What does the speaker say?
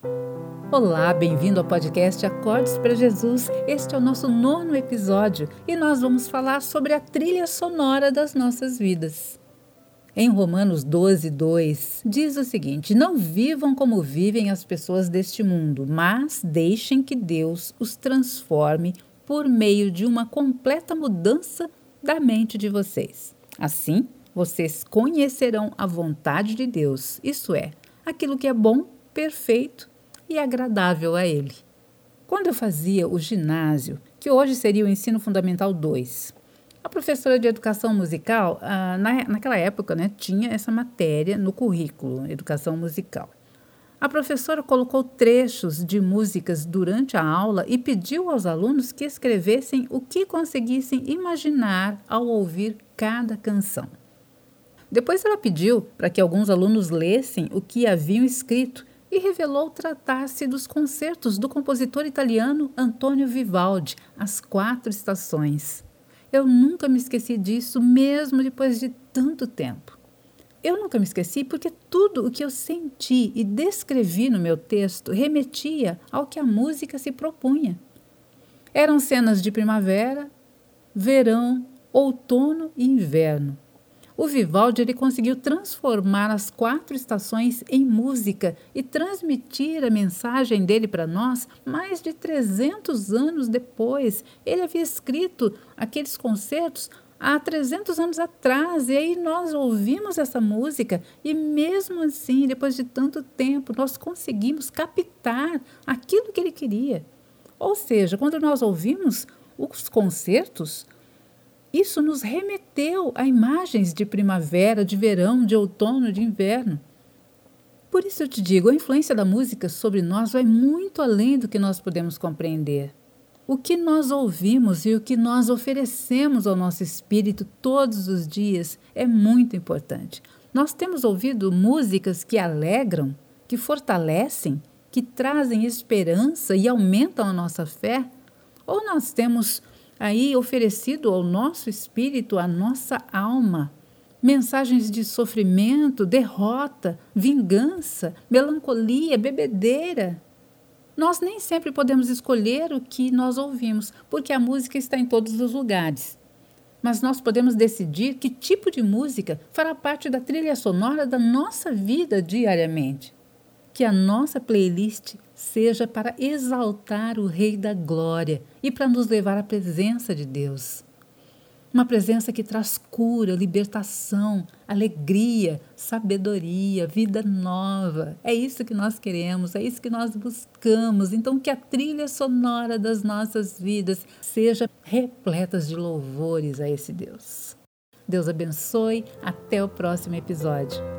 Olá, bem-vindo ao podcast Acordes para Jesus. Este é o nosso 9º episódio e nós vamos falar sobre a trilha sonora das nossas vidas. Em Romanos 12:2 diz o seguinte: não vivam como vivem as pessoas deste mundo, mas deixem que Deus os transforme por meio de uma completa mudança da mente de vocês. Assim, vocês conhecerão a vontade de Deus, isto é, aquilo que é bom, perfeito e agradável a Ele. Quando eu fazia o ginásio, que hoje seria o Ensino Fundamental 2, a professora de educação musical, naquela época, tinha essa matéria no currículo, educação musical. A professora colocou trechos de músicas durante a aula e pediu aos alunos que escrevessem o que conseguissem imaginar ao ouvir cada canção. Depois ela pediu para que alguns alunos lessem o que haviam escrito e revelou tratar-se dos concertos do compositor italiano Antonio Vivaldi, As 4 Estações. Eu nunca me esqueci disso, mesmo depois de tanto tempo. Eu nunca me esqueci porque tudo o que eu senti e descrevi no meu texto remetia ao que a música se propunha. Eram cenas de primavera, verão, outono e inverno. O Vivaldi conseguiu transformar as 4 estações em música e transmitir a mensagem dele para nós mais de 300 anos depois. Ele havia escrito aqueles concertos há 300 anos atrás, e aí nós ouvimos essa música e mesmo assim, depois de tanto tempo, nós conseguimos captar aquilo que ele queria. Ou seja, quando nós ouvimos os concertos, isso nos remeteu a imagens de primavera, de verão, de outono, de inverno. Por isso eu te digo, a influência da música sobre nós vai muito além do que nós podemos compreender. O que nós ouvimos e o que nós oferecemos ao nosso espírito todos os dias é muito importante. Nós temos ouvido músicas que alegram, que fortalecem, que trazem esperança e aumentam a nossa fé? Ou nós temos aí oferecido ao nosso espírito, à nossa alma, mensagens de sofrimento, derrota, vingança, melancolia, bebedeira? Nós nem sempre podemos escolher o que nós ouvimos, porque a música está em todos os lugares. Mas nós podemos decidir que tipo de música fará parte da trilha sonora da nossa vida diariamente. Que a nossa playlist seja para exaltar o Rei da Glória e para nos levar à presença de Deus. Uma presença que traz cura, libertação, alegria, sabedoria, vida nova. É isso que nós queremos, é isso que nós buscamos. Então, que a trilha sonora das nossas vidas seja repleta de louvores a esse Deus. Deus abençoe. Até o próximo episódio.